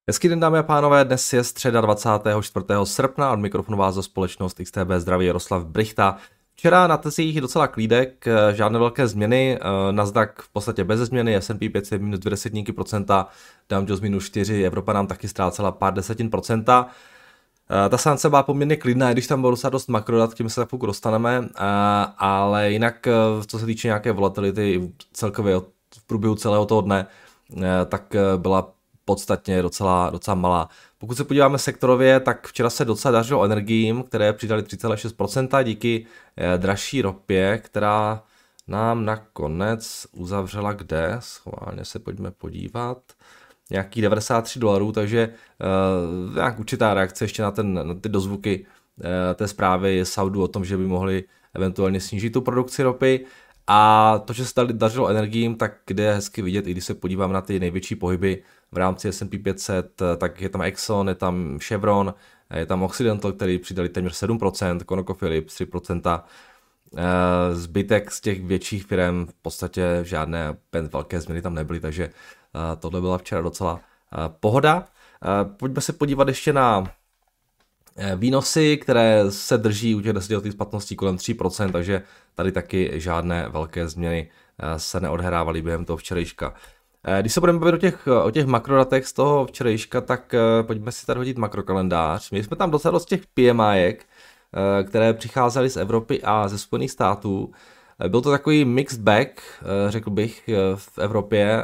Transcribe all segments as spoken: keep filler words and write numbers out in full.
Hezký den, dámy a pánové, dnes je středa dvacátého čtvrtého srpna, od mikrofonu vás za společnost X T B zdraví Jaroslav Brychta. Včera na trzích docela klídek, žádné velké změny, Nasdaq v podstatě bez změny, S and P pět set minus dvě desetníky procenta, Dow Jones minus čtyři, Evropa nám taky ztrácela pár desetin procenta. Ta sánce byla poměrně klidná, i když tam bylo docela dost makrodat, k tím se tak pokud dostaneme, ale jinak, co se týče nějaké volatility celkově v průběhu celého toho dne, tak byla podstatně docela, docela malá. Pokud se podíváme sektorově, tak včera se docela dařilo energiím, které přidali tři celá šest procenta díky dražší ropě, která nám nakonec uzavřela kde? Schválně se pojďme podívat. Nějaký devadesát tři dolarů, takže uh, nějak určitá reakce ještě na, ten, na ty dozvuky uh, té zprávy Saudu o tom, že by mohli eventuálně snížit tu produkci ropy. A to, že se tady dařilo energiím, tak kde je hezky vidět, i když se podívám na ty největší pohyby v rámci S and P pět set, tak je tam Exxon, je tam Chevron, je tam Occidental, který přidali téměř sedm procent, ConocoPhillips tři procenta. Zbytek z těch větších firm v podstatě žádné velké změny tam nebyly, takže tohle byla včera docela pohoda. Pojďme se podívat ještě na výnosy, které se drží u těch desetiletých splatností kolem tři procenta, takže tady taky žádné velké změny se neodhrávaly během toho včerejška. Když se budeme bavit o těch, o těch makrodatech z toho včerejška, tak pojďme si tady hodit makrokalendář. Měli jsme tam docela dost těch P M I, které přicházely z Evropy a ze Spojených států. Byl to takový mixed bag, řekl bych, v Evropě,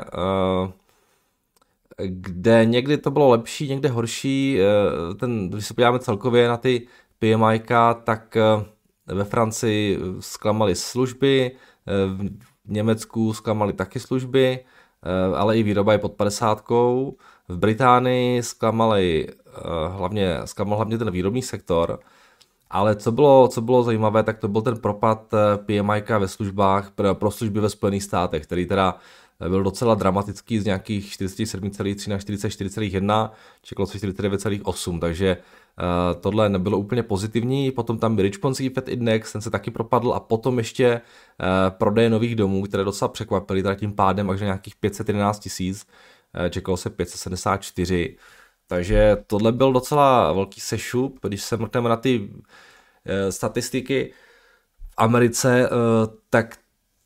kde někdy to bylo lepší, někde horší. Ten, když se podíváme celkově na ty P M I, tak ve Francii zklamaly služby, v Německu zklamaly taky služby, ale i výroba je pod padesátkou. V Británii zklamaly hlavně, zklamal hlavně ten výrobní sektor, ale co bylo, co bylo zajímavé, tak to byl ten propad P M I ve službách pro služby ve Spojených státech, který teda byl docela dramatický z nějakých čtyřicet sedm celá tři na čtyřicet čtyři celá jedna, čekalo se čtyřicet devět celá osm, takže uh, tohle nebylo úplně pozitivní. Potom tam byl Richmondský Fed Index, ten se taky propadl a potom ještě uh, prodeje nových domů, které docela překvapily, teda tím pádem až na nějakých pět set jedenáct tisíc, uh, čekalo se pět set sedmdesát čtyři, takže tohle byl docela velký sešup. Když se mrkneme na ty uh, statistiky v Americe, uh, tak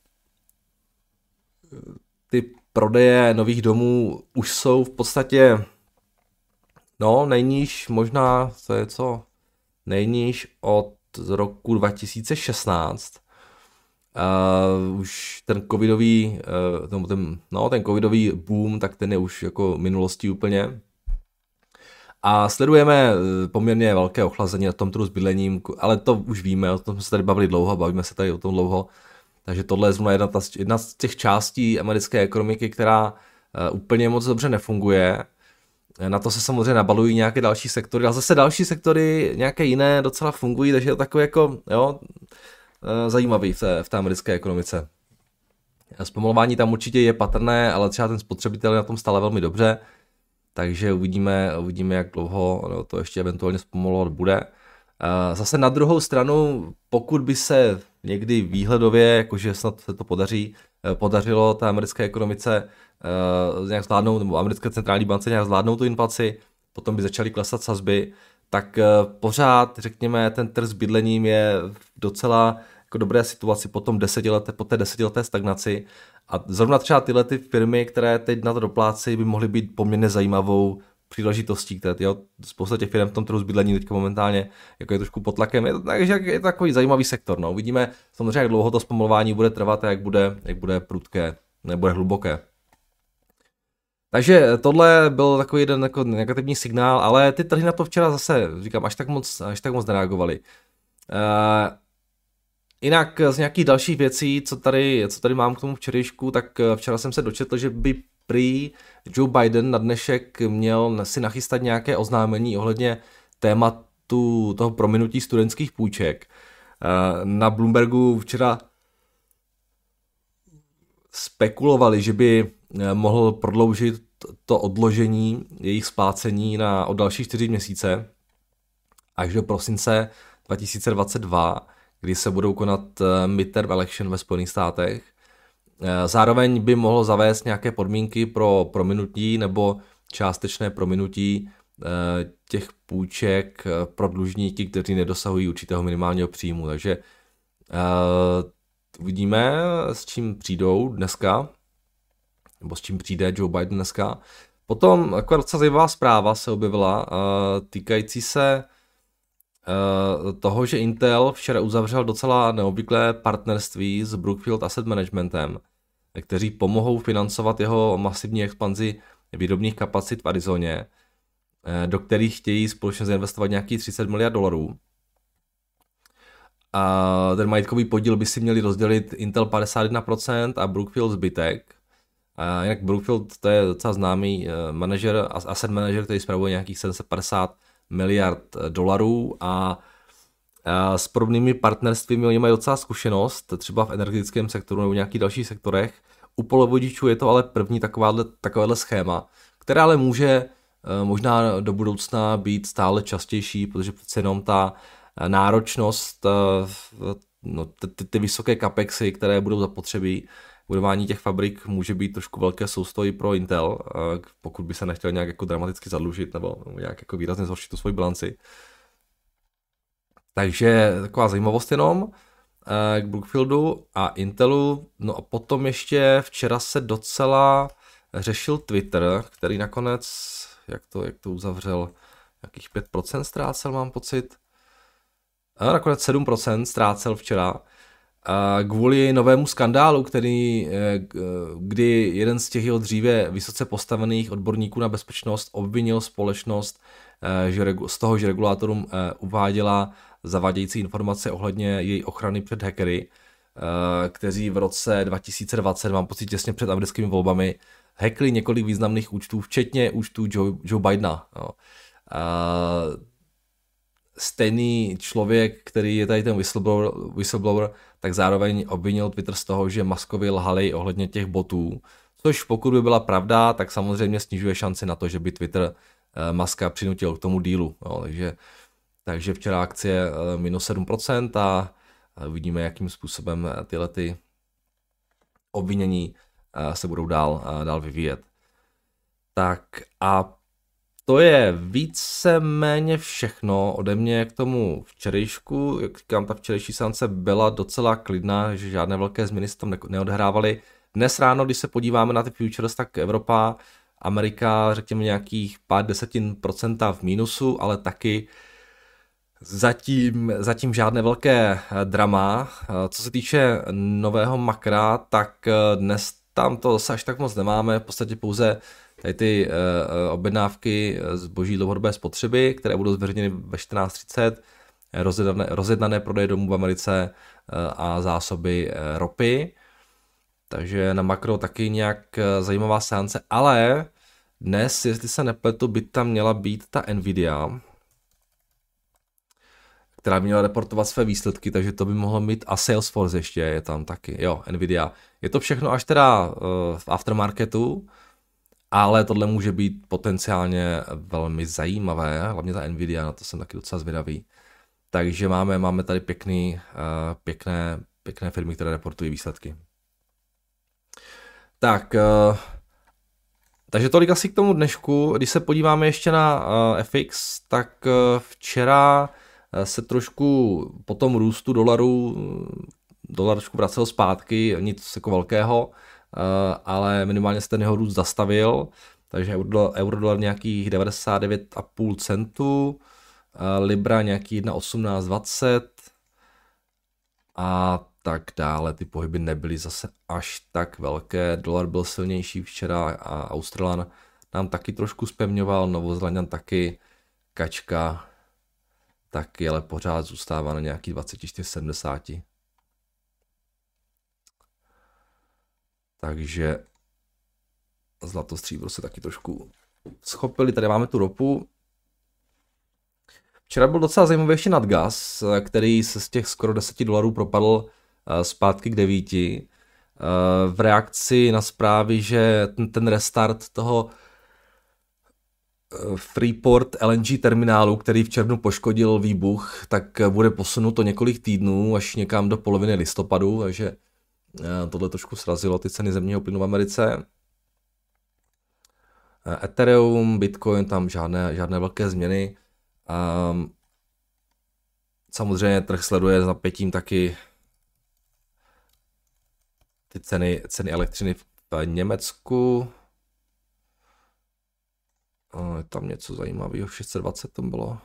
ty prodeje nových domů už jsou v podstatě, no nejníž možná, to je co, nejníž od roku dva tisíce šestnáct. Uh, už ten covidový, uh, ten, no, ten covidový boom, tak ten je už jako minulostí úplně. A sledujeme poměrně velké ochlazení na tom trhu s bydlením, ale to už víme, o tom jsme se tady bavili dlouho, bavíme se tady o tom dlouho. Takže tohle je zrovna jedna, jedna z těch částí americké ekonomiky, která uh, úplně moc dobře nefunguje. Na to se samozřejmě nabalují nějaké další sektory, ale zase další sektory, nějaké jiné docela fungují, takže je to takové jako, jo, uh, zajímavý v té, v té americké ekonomice. Zpomalování tam určitě je patrné, ale třeba ten spotřebitel je na tom stále velmi dobře, takže uvidíme, uvidíme jak dlouho no, to ještě eventuálně zpomalovat bude. Zase na druhou stranu, pokud by se někdy výhledově, jakože snad se to podaří, podařilo té americké ekonomice nějak zvládnout, nebo americké centrální bance nějak zvládnout tu inflaci, potom by začaly klesat sazby, tak pořád, řekněme, ten trh s bydlením je v docela jako dobré situaci po, tom desetileté, po té desetileté stagnaci. A zrovna třeba tyhle ty firmy, které teď na to doplácí, by mohly být poměrně zajímavou příležitostí, které jo, spousta těch firm v tom trhu s bydlení teďka momentálně jako je trošku pod tlakem. Je to, takže je to takový zajímavý sektor. No. Uvidíme samozřejmě, jak dlouho to zpomalování bude trvat a jak bude, jak bude prudké, nebude hluboké. Takže tohle byl takový jeden jako negativní signál, ale ty trhy na to včera zase, říkám, až tak moc, až tak moc nereagovaly. Uh, jinak z nějakých dalších věcí, co tady, co tady mám k tomu včerejšku, tak včera jsem se dočetl, že by prý Joe Biden na dnešek měl si nachystat nějaké oznámení ohledně tématu toho prominutí studentských půjček. Na Bloombergu včera spekulovali, že by mohl prodloužit to odložení jejich splácení na o další čtyři měsíce až do prosince dva tisíce dvacet dva, kdy se budou konat midterm election ve Spojených státech. Zároveň by mohl zavést nějaké podmínky pro prominutí nebo částečné prominutí těch půjček pro dlužníky, kteří nedosahují určitého minimálního příjmu. Takže uvidíme, s čím přijdou dneska, nebo s čím přijde Joe Biden dneska. Potom taková docela zajímavá zpráva se objevila týkající se toho, že Intel včera uzavřel docela neobvyklé partnerství s Brookfield Asset Managementem, kteří pomohou financovat jeho masivní expanzi výrobních kapacit v Arizoně, do kterých chtějí společně zainvestovat nějaký třicet miliard dolarů. A ten majetkový podíl by si měli rozdělit Intel padesát jedna procent a Brookfield zbytek. A jinak Brookfield to je docela známý manažer, asset manager, který spravuje nějakých sedm set padesát miliard dolarů a s podobnými partnerstvími oni mají docela zkušenost, třeba v energetickém sektoru nebo v nějakých dalších sektorech. U polovodičů je to ale první takováhle, takovéhle schéma, která ale může možná do budoucna být stále častější, protože přece jenom ta náročnost, no, ty, ty vysoké capexy, které budou zapotřebí, budování těch fabrik může být trošku velké soustojí pro Intel, pokud by se nechtěl nějak jako dramaticky zadlužit nebo nějak jako výrazně zhoršit tu svoji bilanci. Takže taková zajímavost jenom k Brookfieldu a Intelu. No a potom ještě včera se docela řešil Twitter, který nakonec, jak to, jak to uzavřel, nějakých pět procent ztrácel, mám pocit. A nakonec sedm procent ztrácel včera. A kvůli novému skandálu, který, kdy jeden z těch jeho dříve vysoce postavených odborníků na bezpečnost obvinil společnost že z toho, že regulátorům uváděla zavádějící informace ohledně její ochrany před hackery, kteří v roce dva tisíce dvacet, mám pocit těsně před americkými volbami, hackli několik významných účtů, včetně účtů Joe, Joe Bidena. No. Stejný člověk, který je tady ten whistleblower, whistleblower, tak zároveň obvinil Twitter z toho, že Muskovi lhali ohledně těch botů, což pokud by byla pravda, tak samozřejmě snižuje šanci na to, že by Twitter Muska přinutil k tomu dílu. No, takže, takže včera akcie minus sedm procent a uvidíme, jakým způsobem tyhle ty obvinění se budou dál, dál vyvíjet. Tak a to je víceméně všechno ode mě k tomu včerejšku. Jak říkám, ta včerejší seance byla docela klidná, že žádné velké změny se tam neodehrávaly. Dnes ráno, když se podíváme na ty futures, tak Evropa, Amerika, řekněme nějakých pár desetin procenta v mínusu, ale taky zatím, zatím žádné velké drama. Co se týče nového makra, tak dnes tam to zase až tak moc nemáme, v podstatě pouze tady ty uh, objednávky zboží dlouhodobé spotřeby, které budou zveřejněny ve čtrnáct třicet, rozjednané, rozjednané prodeje domů v Americe uh, a zásoby uh, ropy. Takže na makro taky nějak uh, zajímavá seance, ale dnes, jestli se nepletu, by tam měla být ta Nvidia, která by měla reportovat své výsledky, takže to by mohlo mít a Salesforce ještě je tam taky, jo, Nvidia. Je to všechno až teda uh, v aftermarketu, ale tohle může být potenciálně velmi zajímavé, hlavně ta Nvidia, na to jsem taky docela zvědavý. Takže máme, máme tady pěkný, uh, pěkné, pěkné firmy, které reportují výsledky. Tak, uh, takže tolik asi k tomu dnešku. Když se podíváme ještě na uh, F X, tak uh, včera se trošku po tom růstu dolaru, dolar trošku vracel zpátky, nic jako velkého, ale minimálně se ten jeho růst zastavil, takže euro-dolar nějakých devadesát devět celá pět centů, libra nějaký jedna osmnáct dvacet a tak dále. Ty pohyby nebyly zase až tak velké, dolar byl silnější včera a Australan nám taky trošku zpevňoval, Novozélanďan taky, kačka taky, ale pořád zůstává na nějaký dvacet čtyři sedmdesát. Takže zlato, stříbro se taky trošku schopili. Tady máme tu ropu. Včera byl docela zajímavý ještě nadgas, který se z těch skoro deset dolarů propadl zpátky k devíti. V reakci na zprávy, že ten, ten restart toho Freeport L N G terminálu, který v červnu poškodil výbuch, tak bude posunuto několik týdnů až někam do poloviny listopadu, takže tohle trošku srazilo ty ceny zemního plynu v Americe. Ethereum, Bitcoin, tam žádné, žádné velké změny. Um, samozřejmě trh sleduje s napětím taky ty ceny, ceny elektřiny v Německu. Je tam něco zajímavého, šest set dvacet to bylo.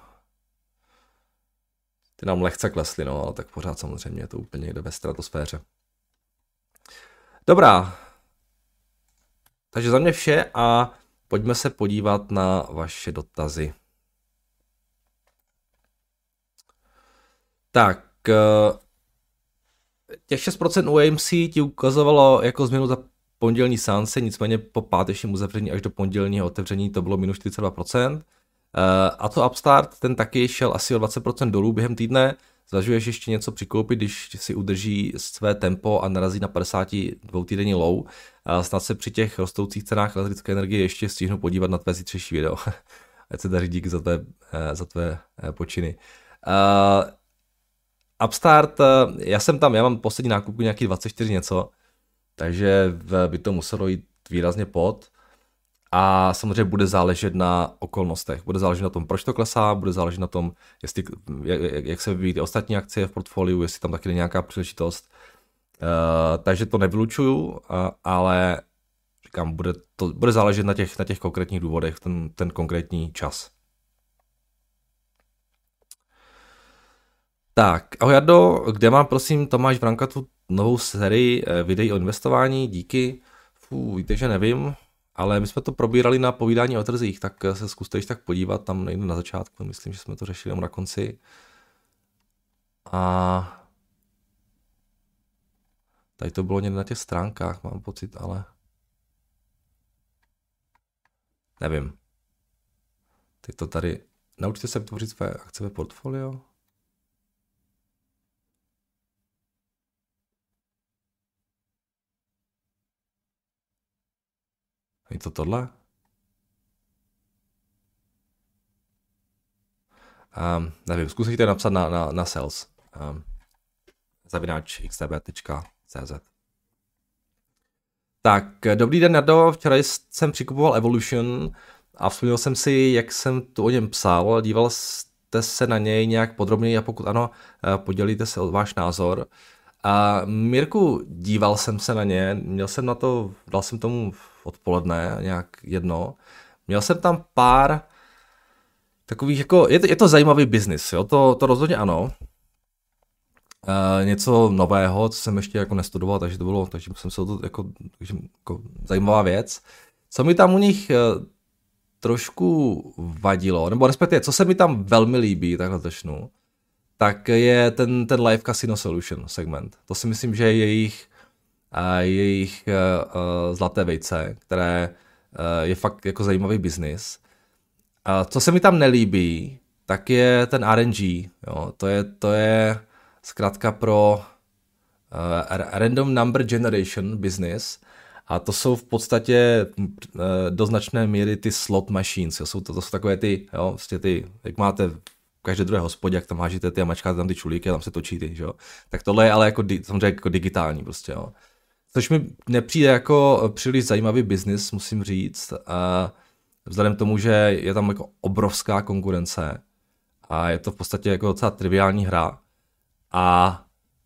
Ty nám lehce klesly, no, ale tak pořád samozřejmě je to úplně někde ve stratosféře. Dobrá. Takže za mě vše a pojďme se podívat na vaše dotazy. Tak, těch šest procent u A M C ti ukazovalo jako změnu za pondělní seance, nicméně po pátečním uzavření až do pondělního otevření to bylo minus čtyřicet dva procent. A to Upstart, ten taky šel asi o dvacet procent dolů během týdne. Zvažuješ ještě něco přikoupit, když si udrží své tempo a narazí na padesát dva týdenní low. Snad se při těch rostoucích cenách elektrické energie ještě stihnu podívat na tvé zítřejší video. Ať se daří, díky za tvé, za tvé počiny. Uh, Upstart, já jsem tam, já mám poslední nákupku nějaký dvacet čtyři něco, takže by to muselo jít výrazně pod. A samozřejmě bude záležet na okolnostech. Bude záležet na tom, proč to klesá, bude záležet na tom, jestli, jak, jak se vyvíjí ty ostatní akcie v portfoliu, jestli tam taky je nějaká příležitost. Uh, takže to nevylučuju, uh, ale říkám, bude, to, bude záležet na těch, na těch konkrétních důvodech, ten, ten konkrétní čas. Tak, ahoj Jardo, kde mám prosím Tomáš Vranka tu novou sérii videí o investování, díky. Fů, víte, že nevím. Ale my jsme to probírali na povídání o trzích, tak se zkuste již tak podívat, tam nejde na začátku, myslím, že jsme to řešili na konci. A tady to bylo někde na těch stránkách, mám pocit, ale nevím. Teď to tady, naučte se vytvořit své akciové portfolio. Je to tohle? Um, nevím, zkusíte napsat na, na, na sales. Um, zavináč x t b tečka c z. Tak, dobrý den, Nardo. Včera jsem přikupoval Evolution a vzpomněl jsem si, jak jsem tu o něm psal. Díval jste se na něj nějak podrobněji a pokud ano, podělíte se o váš názor. A Mirku, díval jsem se na ně, měl jsem na to, dal jsem tomu odpoledne nějak jedno. Měl jsem tam pár takových jako, je to, je to zajímavý biznis, jo, to, to rozhodně ano. E, něco nového, co jsem ještě jako nestudoval, takže to bylo, takže jsem se to jako, takže, jako zajímavá věc. Co mi tam u nich e, trošku vadilo, nebo respektive, co se mi tam velmi líbí, takhle začnu, tak je ten, ten Live Casino Solution segment. To si myslím, že je jejich, uh, jejich uh, zlaté vejce, které uh, je fakt jako zajímavý biznis. Uh, co se mi tam nelíbí, tak je ten R N G. Jo. To, je, to je zkrátka pro uh, Random Number Generation business. A to jsou v podstatě uh, do značné míry ty slot machines. Jo. Jsou to, to jsou takové ty, jo, vlastně ty, jak máte každé druhé hospodě, jak tam hážíte ty a mačkáte tam ty čulíky a tam se točí ty, že jo. Tak tohle je ale jako, samozřejmě jako digitální prostě, jo. Což mi nepřijde jako příliš zajímavý biznis, musím říct. A vzhledem k tomu, že je tam jako obrovská konkurence a je to v podstatě jako docela triviální hra a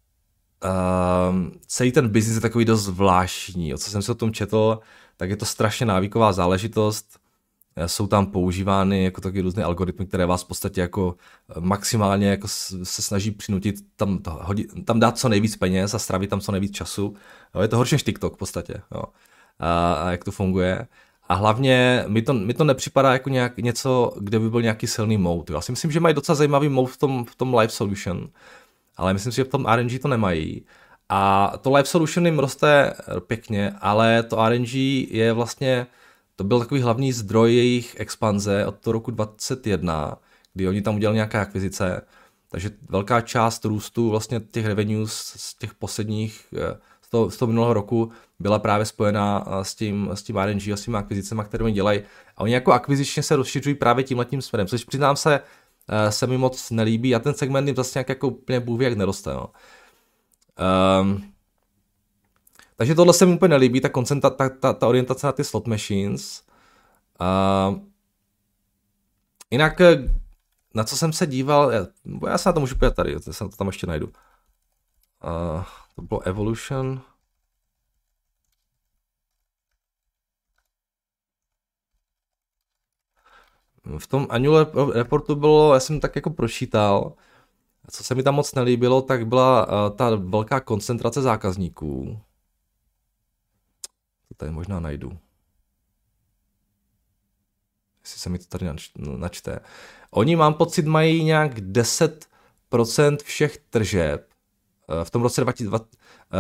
um, celý ten biznis je takový dost zvláštní. Co jsem si o tom četl, tak je to strašně návyková záležitost. Jsou tam používány jako taky různé algoritmy, které vás v podstatě jako maximálně jako se snaží přinutit tam, to, hodit, tam dát co nejvíc peněz a strávit tam co nejvíc času. Jo, je to horší než TikTok v podstatě. Jo. A, a jak to funguje. A hlavně mi to, mi to nepřipadá jako nějak, něco, kde by byl nějaký silný mode. Já si myslím, že mají docela zajímavý mode v tom, v tom Live Solution, ale myslím si, že v tom R N G to nemají. A to Live Solution jim roste pěkně, ale to R N G je vlastně, to byl takový hlavní zdroj jejich expanze od toho roku dvacet jedna, kdy oni tam udělali nějaké akvizice, takže velká část růstu vlastně těch revenues z těch posledních, z toho, z toho minulého roku byla právě spojená s tím, s tím R N G a s těmi akvizicemi, které oni dělají. A oni jako akvizičně se rozšiřují právě tímhletím směrem, což přiznám se, se mi moc nelíbí a ten segment jim vlastně jako úplně bůh ví, jak neroste. No. Um, takže tohle se mi úplně nelíbí, ta, koncentra, ta, ta, ta orientace na ty slot machines. Uh, jinak, na co jsem se díval, já, já se na to můžu podívat tady, já se to tam ještě najdu. Uh, to bylo Evolution. V tom annual reportu bylo, já jsem tak jako pročítal, co se mi tam moc nelíbilo, tak byla uh, ta velká koncentrace zákazníků. To tady možná najdu. Jestli se mi to tady načte. Oni, mám pocit, mají nějak deset procent všech tržeb. V tom roce dva tisíce dvacet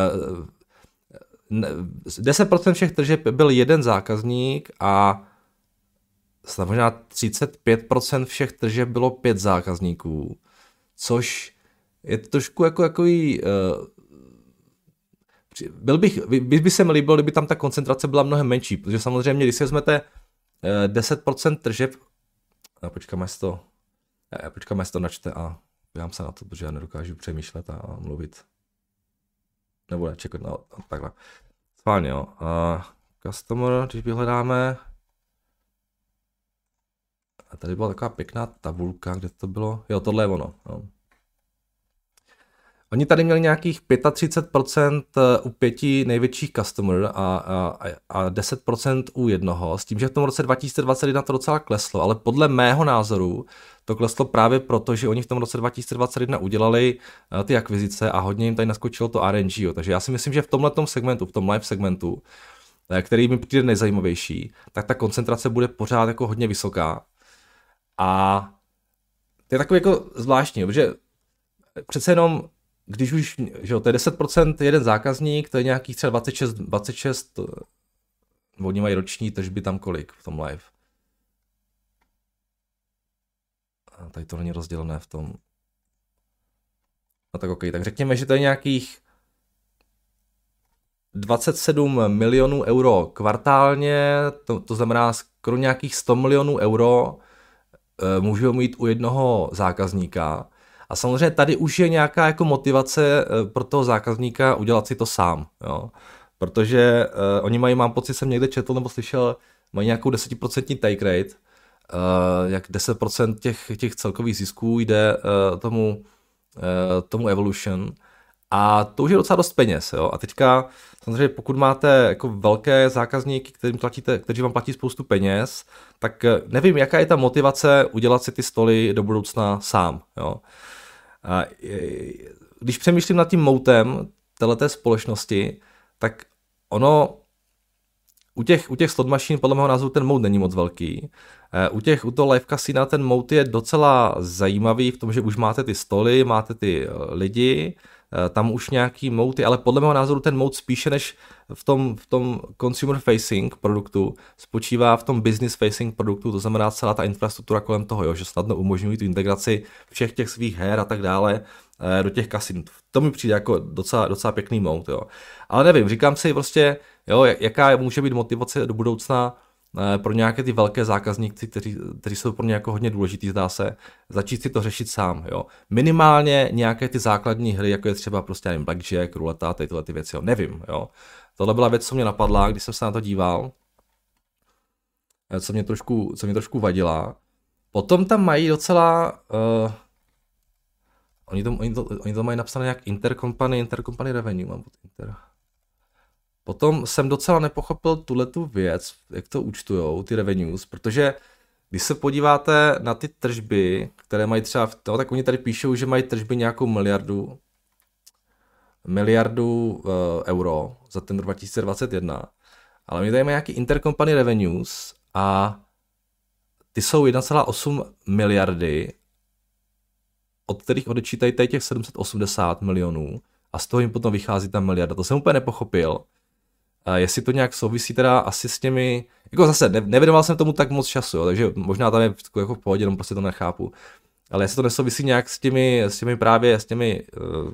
deset procent všech tržeb byl jeden zákazník a možná třicet pět procent všech tržeb bylo pět zákazníků. Což je trošku jako takový... Byl bych, by, by se mi líbilo, kdyby tam ta koncentrace byla mnohem menší, protože samozřejmě, když si vezmete deset procent tržeb, a počkám, jestli to, já počkám, jestli to načte a dívám se na to, protože já nedokážu přemýšlet a mluvit. Nebo ne, čekat, no, takhle. Schválně, jo. Uh, customer, když vyhledáme, a tady byla taková pěkná tabulka, kde to bylo, jo, tohle je ono, jo. Oni tady měli nějakých třicet pět procent u pěti největších customer a, a, a deset procent u jednoho, s tím, že v tom roce dva tisíce dvacet jedna to docela kleslo, ale podle mého názoru to kleslo právě proto, že oni v tom roce dva tisíce dvacet jedna udělali ty akvizice a hodně jim tady naskočilo to R N G. Jo. Takže já si myslím, že v tomhletom segmentu, v tom live segmentu, který mi přijde nejzajímavější, tak ta koncentrace bude pořád jako hodně vysoká. A to je takový jako zvláštní, protože přece jenom když už, že jo, to je deset procent jeden zákazník, to je nějakých třeba dvacet šest, dvacet šest, oni mají roční tržby tam kolik v tom live. A tady to není rozdělené v tom. No tak ok, tak řekněme, že to je nějakých dvacet sedm milionů euro kvartálně, to, to znamená skoro nějakých sto milionů euro e, můžou mít u jednoho zákazníka. A samozřejmě tady už je nějaká jako motivace pro toho zákazníka udělat si to sám, jo. Protože uh, oni mají, mám pocit, jsem někde četl nebo slyšel, mají nějakou deset procent take rate, uh, jak deset procent těch, těch celkových zisků jde uh, tomu, uh, tomu Evolution. A to už je docela dost peněz, jo. A teďka samozřejmě pokud máte jako velké zákazníky, kterým platíte, kteří vám platí spoustu peněz, tak nevím, jaká je ta motivace udělat si ty stoly do budoucna sám, jo. A když přemýšlím nad tím moutem téhleté společnosti, tak ono u těch, u těch slot machine podle mého názoru ten mout není moc velký. U těch, u toho live casina ten mout je docela zajímavý v tom, že už máte ty stoly, máte ty lidi, tam už nějaký mouty, ale podle mého názoru ten mout spíše než v tom, v tom consumer facing produktu spočívá v tom business facing produktu, to znamená celá ta infrastruktura kolem toho, jo, že snadno umožňují tu integraci všech těch svých her a tak dále do těch kasin. To mi přijde jako docela, docela pěkný mout, jo. Ale nevím, říkám si prostě, jo, jaká může být motivace do budoucna pro nějaké ty velké zákazníky, kteří, kteří jsou pro ně jako hodně důležitý, zdá se, začít si to řešit sám, jo. Minimálně nějaké ty základní hry, jako je třeba prostě nevím, blackjack, ruleta, tyhle ty věci, jo, nevím, jo. Tohle byla věc, co mě napadla, když jsem se na to díval, co mě trošku, co mě trošku vadila. Potom tam mají docela, uh, oni, to, oni, to, oni to mají napsané jak intercompany, intercompany revenue, mám pod inter. Potom jsem docela nepochopil tuhletu věc, jak to účtujou, ty revenues, protože když se podíváte na ty tržby, které mají třeba, v no, tak oni tady píšou, že mají tržby nějakou miliardu, miliardu uh, euro za ten dva tisíce dvacet jedna, ale oni tady mají nějaký intercompany revenues a ty jsou jedna celá osm miliardy, od kterých odečítají tady těch sedm set osmdesát milionů a z toho jim potom vychází ta miliarda. To jsem úplně nepochopil. A jestli to nějak souvisí teda asi s těmi, jako zase ne, nevěnoval jsem tomu tak moc času, jo, takže možná tam je jako v pohodě, jenom prostě to nechápu. Ale jestli to nesouvisí nějak s těmi, s těmi právě, s těmi, uh,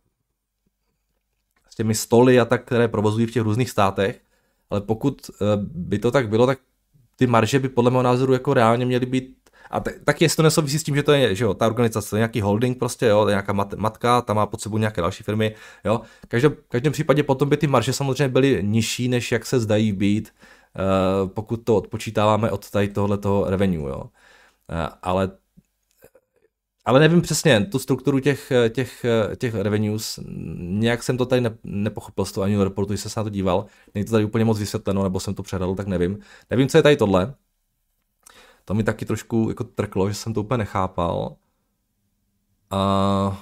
s těmi stoly a tak, které provozují v těch různých státech, ale pokud uh, by to tak bylo, tak ty marže by podle mého názoru jako reálně měly být. A t- tak jestli to nesouvisí s tím, že to je, že jo, ta organizace, to je nějaký holding prostě, jo, to je nějaká mat- matka, tam má pod sebou nějaké další firmy, jo. V každém, v každém případě potom by ty marže samozřejmě byly nižší, než jak se zdají být pokud to odpočítáváme od tady tohoto revenue, jo. Ale Ale nevím přesně tu strukturu těch, těch, těch revenues, nějak jsem to tady ne, nepochopil z toho annual reportu, když jsem se na to díval, není to tady úplně moc vysvětleno, nebo jsem to přehledl, tak nevím. Nevím, co je tady tohle. To mi taky trošku jako trklo, že jsem to úplně nechápal. Uh,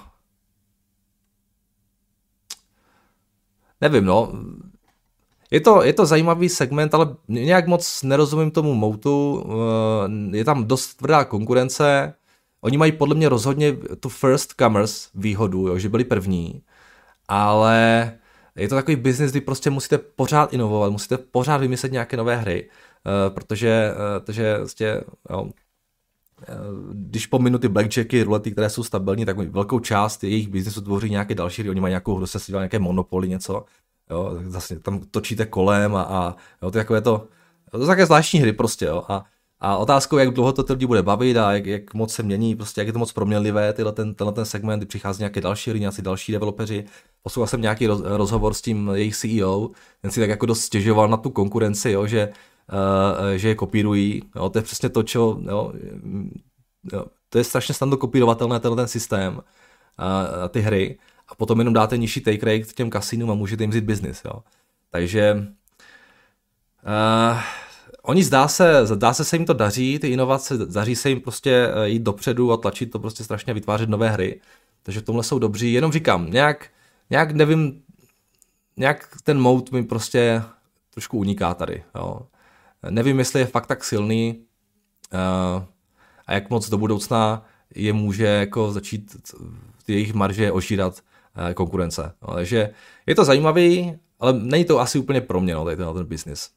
nevím, no. Je to, je to zajímavý segment, ale nějak moc nerozumím tomu moutu. Uh, je tam dost tvrdá konkurence. Oni mají podle mě rozhodně tu first comers výhodu, jo, že byli první, ale je to takový business, kdy prostě musíte pořád inovovat, musíte pořád vymyslet nějaké nové hry, uh, protože, uh, takže vlastně, jo, uh, když pominu ty blackjacky, rulety, které jsou stabilní, tak velkou část jejich businessu tvoří nějaké další hry, oni mají nějakou hru, se si dělá nějaké Monopoly, něco, jo, zase tam točíte kolem a, a jo, to je takové to, to jsou také zvláštní hry prostě, jo, a A otázkou, jak dlouho to ty lidi bude bavit a jak, jak moc se mění, prostě jak je to moc proměnlivé, tyhle ten, tenhle ten segment, kdy přichází nějaké další hry, nějací další developeři. Poslouchal jsem nějaký roz, rozhovor s tím jejich C E O, ten si tak jako dost stěžoval na tu konkurenci, jo, že, uh, že je kopírují. Jo, to je přesně to, čo, jo, jo, to je strašně snadno kopírovatelné, tenhle ten systém uh, a ty hry. A potom jenom dáte nižší take rate těm kasinům a můžete jim vzít business. Jo. Takže uh, Oni zdá se, zdá se se jim to daří, ty inovace, daří se jim prostě jít dopředu a tlačit to prostě strašně, vytvářet nové hry. Takže v tomhle jsou dobří, jenom říkám, nějak, nějak nevím, nějak ten mode mi prostě trošku uniká tady. Jo. Nevím, jestli je fakt tak silný uh, a jak moc do budoucna je může jako začít ty jejich marže ožírat uh, konkurence. No, takže je to zajímavý, ale není to asi úplně pro mě, no, tady ten, ten business.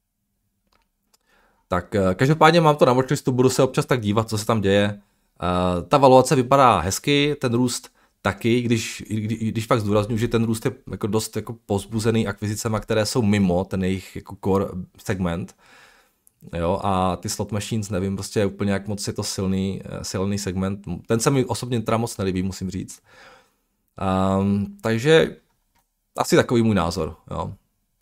Tak každopádně mám to na watchlistu, budu se občas tak dívat, co se tam děje. Uh, ta valuace vypadá hezky, ten růst taky, když, když fakt zdůrazňuji, že ten růst je jako dost jako pozbuzený akvizicema, které jsou mimo ten jejich jako core segment. Jo, a ty slot machines, nevím, prostě úplně jak moc je to silný, silný segment. Ten se mi osobně teda moc nelíbí, musím říct. Um, takže asi takový můj názor. Jo.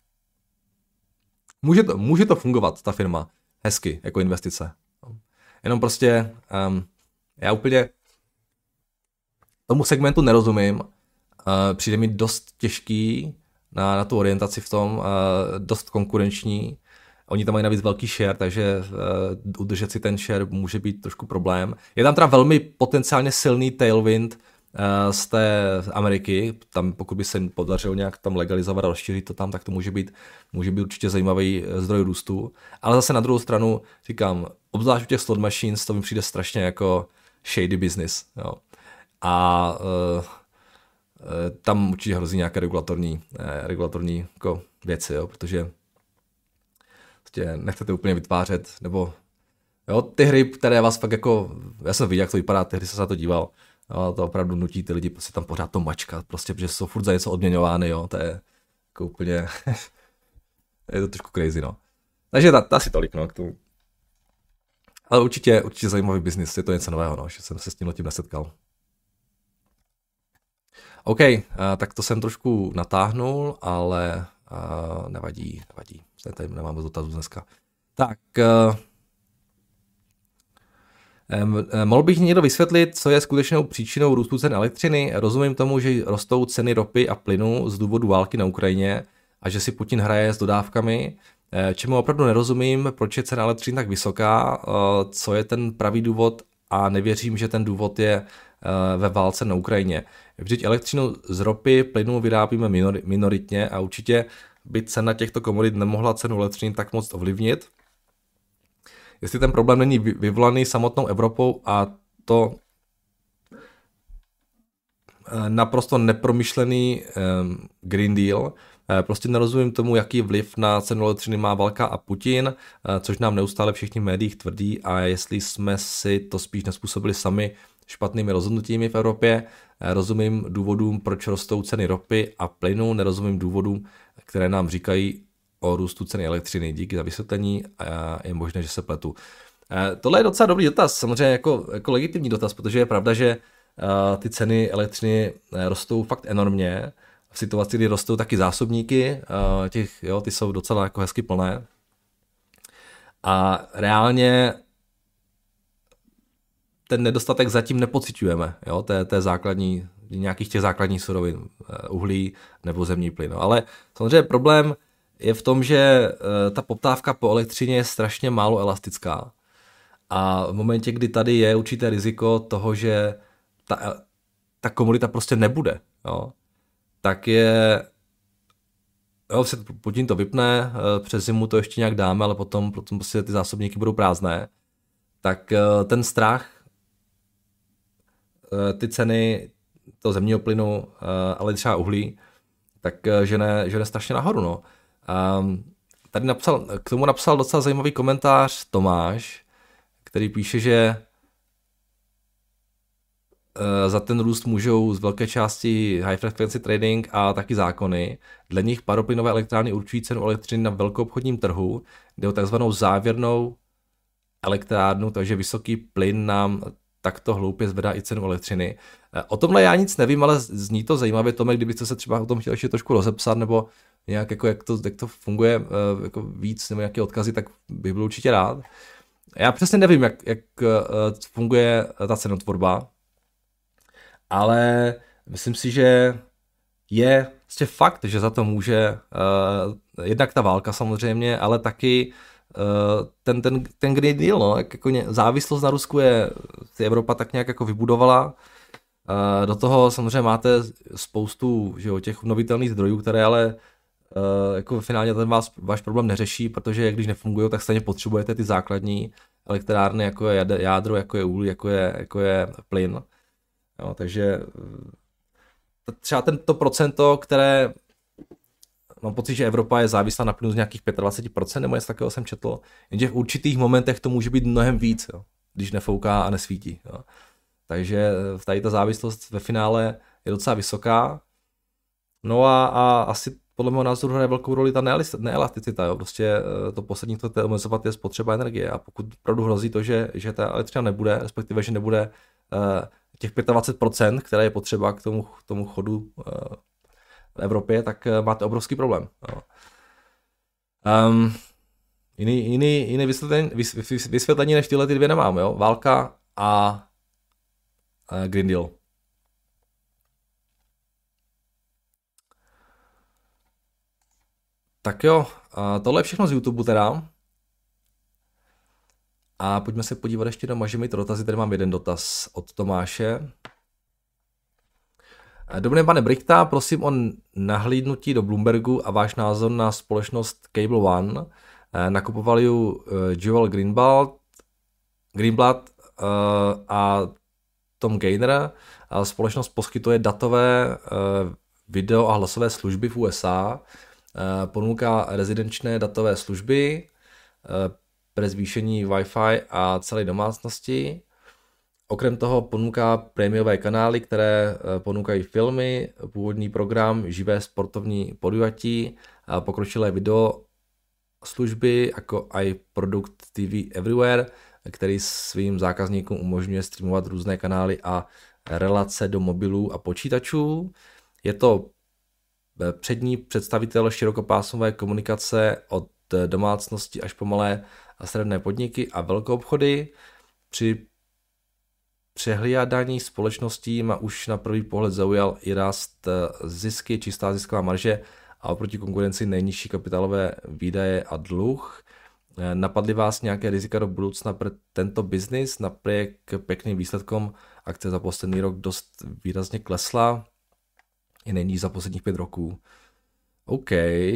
Může to, může to fungovat, ta firma. Hezky, jako investice. Jenom prostě um, já úplně tomu segmentu nerozumím. Uh, přijde mi dost těžký na, na tu orientaci v tom, uh, dost konkurenční. Oni tam mají navíc velký share, takže uh, udržet si ten share může být trošku problém. Je tam teda velmi potenciálně silný tailwind uh, z té Ameriky. Tam, pokud by se jim podařilo nějak tam legalizovat a rozšířit to tam, tak to může být, může být určitě zajímavý zdroj růstu. Ale zase na druhou stranu říkám, obzvlášť u těch slot machines to mi přijde strašně jako shady business. Jo. A uh, tam určitě hrozí nějaké regulatorní, eh, regulatorní jako věci, jo, protože nechcete úplně vytvářet, nebo jo, ty hry, které vás fakt jako, já jsem viděl, jak to vypadá, ty hry jsem se na to díval, jo, to opravdu nutí ty lidi prostě tam pořád to mačkat, prostě, protože jsou furt za něco odměňovány, jo, to je jako úplně, je to trošku crazy, no. Takže ta, ta asi tolik, no, k tomu. Ale určitě, určitě zajímavý biznis, je to něco nového, no, že jsem se s tím tím nesetkal. OK, uh, tak to jsem trošku natáhnul, ale uh, nevadí, nevadí. Tady nemám moc dotazů dneska. Tak, uh, um, mohl bych někdo vysvětlit, co je skutečnou příčinou růstu cen elektřiny? Rozumím tomu, že rostou ceny ropy a plynu z důvodu války na Ukrajině a že si Putin hraje s dodávkami. Čemu opravdu nerozumím, proč je cena elektřiny tak vysoká, uh, co je ten pravý důvod a nevěřím, že ten důvod je uh, ve válce na Ukrajině. Vždyť elektřinu z ropy, plynu vyrábíme minor, minoritně a určitě by cena těchto komodit nemohla cenu elektřiny tak moc ovlivnit. Jestli ten problém není vyvolaný samotnou Evropou a to naprosto nepromyšlený um, Green Deal, prostě nerozumím tomu, jaký vliv na cenu elektřiny má válka a Putin, což nám neustále všichni v médiích tvrdí a jestli jsme si to spíš nespůsobili sami špatnými rozhodnutími v Evropě. Rozumím důvodům, proč rostou ceny ropy a plynu, nerozumím důvodům, které nám říkají o růstu ceny elektřiny. Díky za vysvětlení a je možné, že se pletu. Tohle je docela dobrý dotaz, samozřejmě jako, jako legitimní dotaz, protože je pravda, že ty ceny elektřiny rostou fakt enormně. V situaci, kdy rostou taky zásobníky, těch, jo, ty jsou docela jako hezky plné. A reálně ten nedostatek zatím nepociťujeme, jo, té, té základní, nějakých těch základních surovin, uhlí nebo zemní plyn. No. Ale samozřejmě problém je v tom, že ta poptávka po elektřině je strašně málo elastická. A v momentě, kdy tady je určité riziko toho, že ta, ta komodita prostě nebude, jo, tak je, jo, se Putin to vypne, přes zimu to ještě nějak dáme, ale potom, potom prostě ty zásobníky budou prázdné, tak ten strach, ty ceny toho zemního plynu, ale třeba uhlí, tak žene, žene strašně nahoru. No. Tady napsal, k tomu napsal docela zajímavý komentář Tomáš, který píše, že za ten růst můžou z velké části high frequency trading a taky zákony. Dle nich paroplynové elektrárny určují cenu elektřiny na velkoobchodním trhu, jde o takzvanou závěrnou elektrárnu, takže vysoký plyn nám takto hloupě zvedá i cenu elektřiny. O tomhle já nic nevím, ale zní to zajímavě, Tome, kdybyste se třeba o tom chtěl ještě trošku rozepsat, nebo nějak jako jak to, jak to funguje jako víc, nebo nějaké odkazy, tak bych byl určitě rád. Já přesně nevím, jak, jak funguje ta cenotvorba, ale myslím si, že je prostě fakt, že za to může uh, jednak ta válka samozřejmě, ale taky uh, ten, ten, ten Green Deal, no, jak jako ně, závislost na Rusku je, Evropa tak nějak jako vybudovala. Uh, do toho samozřejmě máte spoustu, že jo, těch obnovitelných zdrojů, které ale uh, jako finálně ten vás, váš problém neřeší, protože když nefungují, tak stejně potřebujete ty základní elektrárny, jako je jádro, jako je uhlí, jako je, jako je plyn. Jo, takže třeba tento procento, které mám pocit, že Evropa je závislá na plynu z nějakých dvacet pět procent, nebo něco takového jsem četl, jenže v určitých momentech to může být mnohem víc, jo, když nefouká a nesvítí. Jo. Takže tady ta závislost ve finále je docela vysoká. No a, a asi podle mého názoru hraje velkou roli ta neelasticita. Jo. Prostě to poslední, co to omezovat, je spotřeba energie. A pokud opravdu hrozí to, že, že ta elektřina nebude, respektive, že nebude uh, těch dvacet pět procent, které je potřeba k tomu, k tomu chodu uh, v Evropě, tak uh, máte obrovský problém. Jo. Um, jiný, jiný, jiný vysvětlení, vysvětlení než tyhle ty dvě nemám. Jo. Válka a uh, Green Deal. Tak jo, uh, tohle je všechno z YouTube teda. A pojďme se podívat ještě na můžeme mít dotazy. Tady mám jeden dotaz od Tomáše. Dobrý den, pane Brichta, prosím o nahlídnutí do Bloombergu a váš názor na společnost Cable One. Nakupovali ju Joel Greenblatt, Greenblatt a Tom Gainer. Společnost poskytuje datové video a hlasové služby v U S A. Ponúka rezidenčné datové služby pre zvýšení Wi-Fi a celé domácnosti. Okrem toho ponúka prémiové kanály, které ponúkají filmy, původní program, živé sportovní podujatí, pokročilé video služby, jako i produkt T V Everywhere, který svým zákazníkům umožňuje streamovat různé kanály a relace do mobilů a počítačů. Je to přední představitel širokopásmové komunikace od domácnosti až po malé a střední podniky a velkoobchody. Při přehlídání společností má už na první pohled zaujal i rast zisky, čistá zisková marže a oproti konkurenci nejnižší kapitálové výdaje a dluh. Napadly vás nějaké rizika do budoucna pro tento biznis? Napriek pěkným výsledkům akce za poslední rok dost výrazně klesla. Je nejníž za posledních pět roků. OK.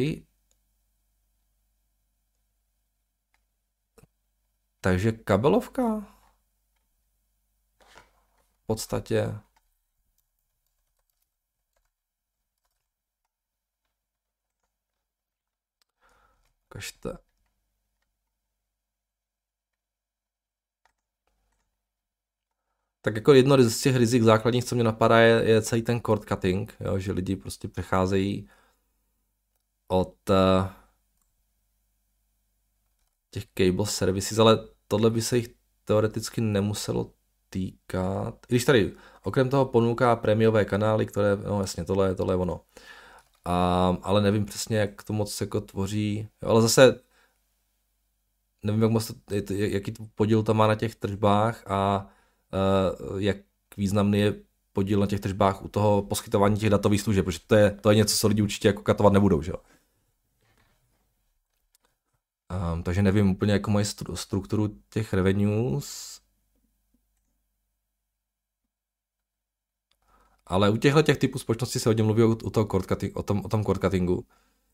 Takže kabelovka? V podstatě. Kažte. Tak jako jedno z těch rizik základních, co mě napadá, je, je celý ten cord cutting, jo, že lidi prostě přecházejí od uh, těch cable services, ale tohle by se jich teoreticky nemuselo týkat. I když tady okrem toho ponúká prémiové kanály, které, no jasně, tohle, tohle je ono. A, ale nevím přesně, jak to moc jako tvoří, jo, ale zase nevím, jak moc, jaký podíl to má na těch tržbách a uh, jak významný je podíl na těch tržbách u toho poskytování těch datových služeb, protože to je, to je něco, co lidi určitě jako katovat nebudou, že jo. Um, takže nevím úplně, jakou mají stru, strukturu těch revenues. Ale u těchto těch typů společnosti se hodně mluví o, o, toho cord cutting, o, tom, o tom cord cuttingu.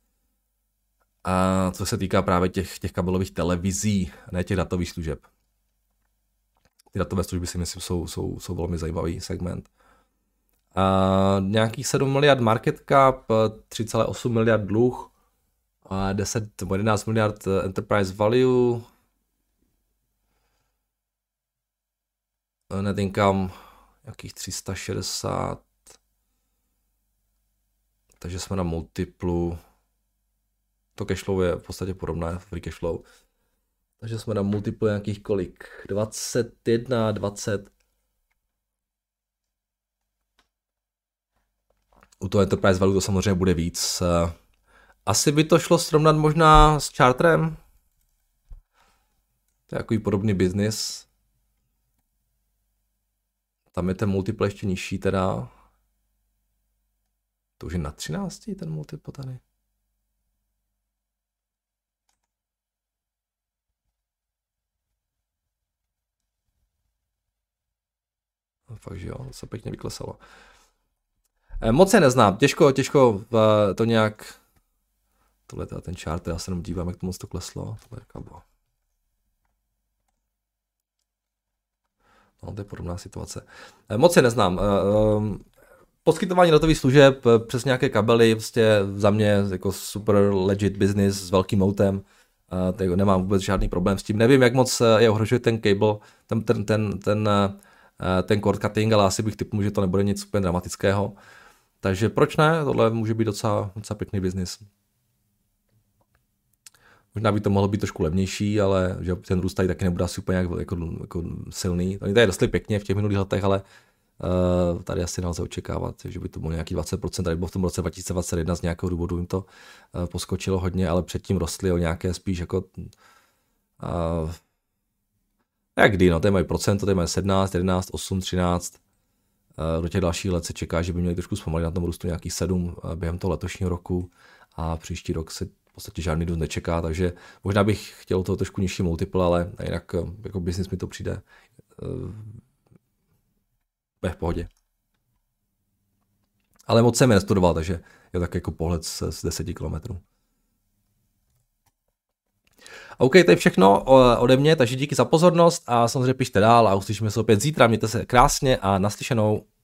A co se týká právě těch, těch kabelových televizí, ne těch datových služeb. Ty datové služby si myslím jsou, jsou, jsou velmi zajímavý segment. A nějakých sedm miliard market cap, tři celé osm miliard dluh, a deset nebo jedenáct miliard enterprise value, net income nějakých tři sta šedesát, takže jsme na multiplu, to cashflow je v podstatě podobné, free cashflow, takže jsme na multiplu nějakých kolik, dvacet jedna, dvacet. U toho enterprise value to samozřejmě bude víc. Asi by to šlo srovnat možná s Charterem. To je takový podobný biznis. Tam je ten multiple ještě nižší teda. To už je na třinácti ten multiple tady. No, fakt, že jo, to se pěkně vyklesalo. Moc se neznám, těžko, těžko to nějak... Tohle je ten Charter, já se jenom dívám, jak to moc to kleslo. Tohle je kabo. No, to je podobná situace. Moc se neznám. Poskytování datových služeb přes nějaké kabely, prostě za mě jako super legit business s velkým moutem. Tak nemám vůbec žádný problém s tím. Nevím, jak moc je ohrožuje ten cable, ten, ten, ten, ten, ten cord cutting, ale asi bych typnul, že to nebude nic úplně dramatického. Takže proč ne? Tohle může být docela, docela pěkný biznis. Možná by to mohlo být trošku levnější, ale že ten růst tady taky nebude asi úplně jako, jako, jako silný. Oni tady rostli pěkně v těch minulých letech, ale uh, tady asi nelze očekávat, že by to bylo nějaký dvacet procent. Tady bylo v tom roce dva tisíce dvacet jedna z nějakého důvodu jim to uh, poskočilo hodně, ale předtím rostly o nějaké spíš jako uh, jak kdy, no, tady mají procento, tady mají sedmnáct, jedenáct, osm, třináct. Uh, do těch dalších let se čeká, že by měli trošku zpomalit na tom růstu nějakých sedm uh, během toho letošního roku a příští rok se v podstatě žádný růst nečeká, takže možná bych chtěl toho trošku nižší multiple, ale jinak jako business mi to přijde uh, v pohodě. Ale moc jsem je nestudoval, takže je tak jako pohled z, z deseti kilometrů. OK, to je všechno ode mě, takže díky za pozornost a samozřejmě pište dál a uslyšíme se opět zítra. Mějte se krásně a naslyšenou.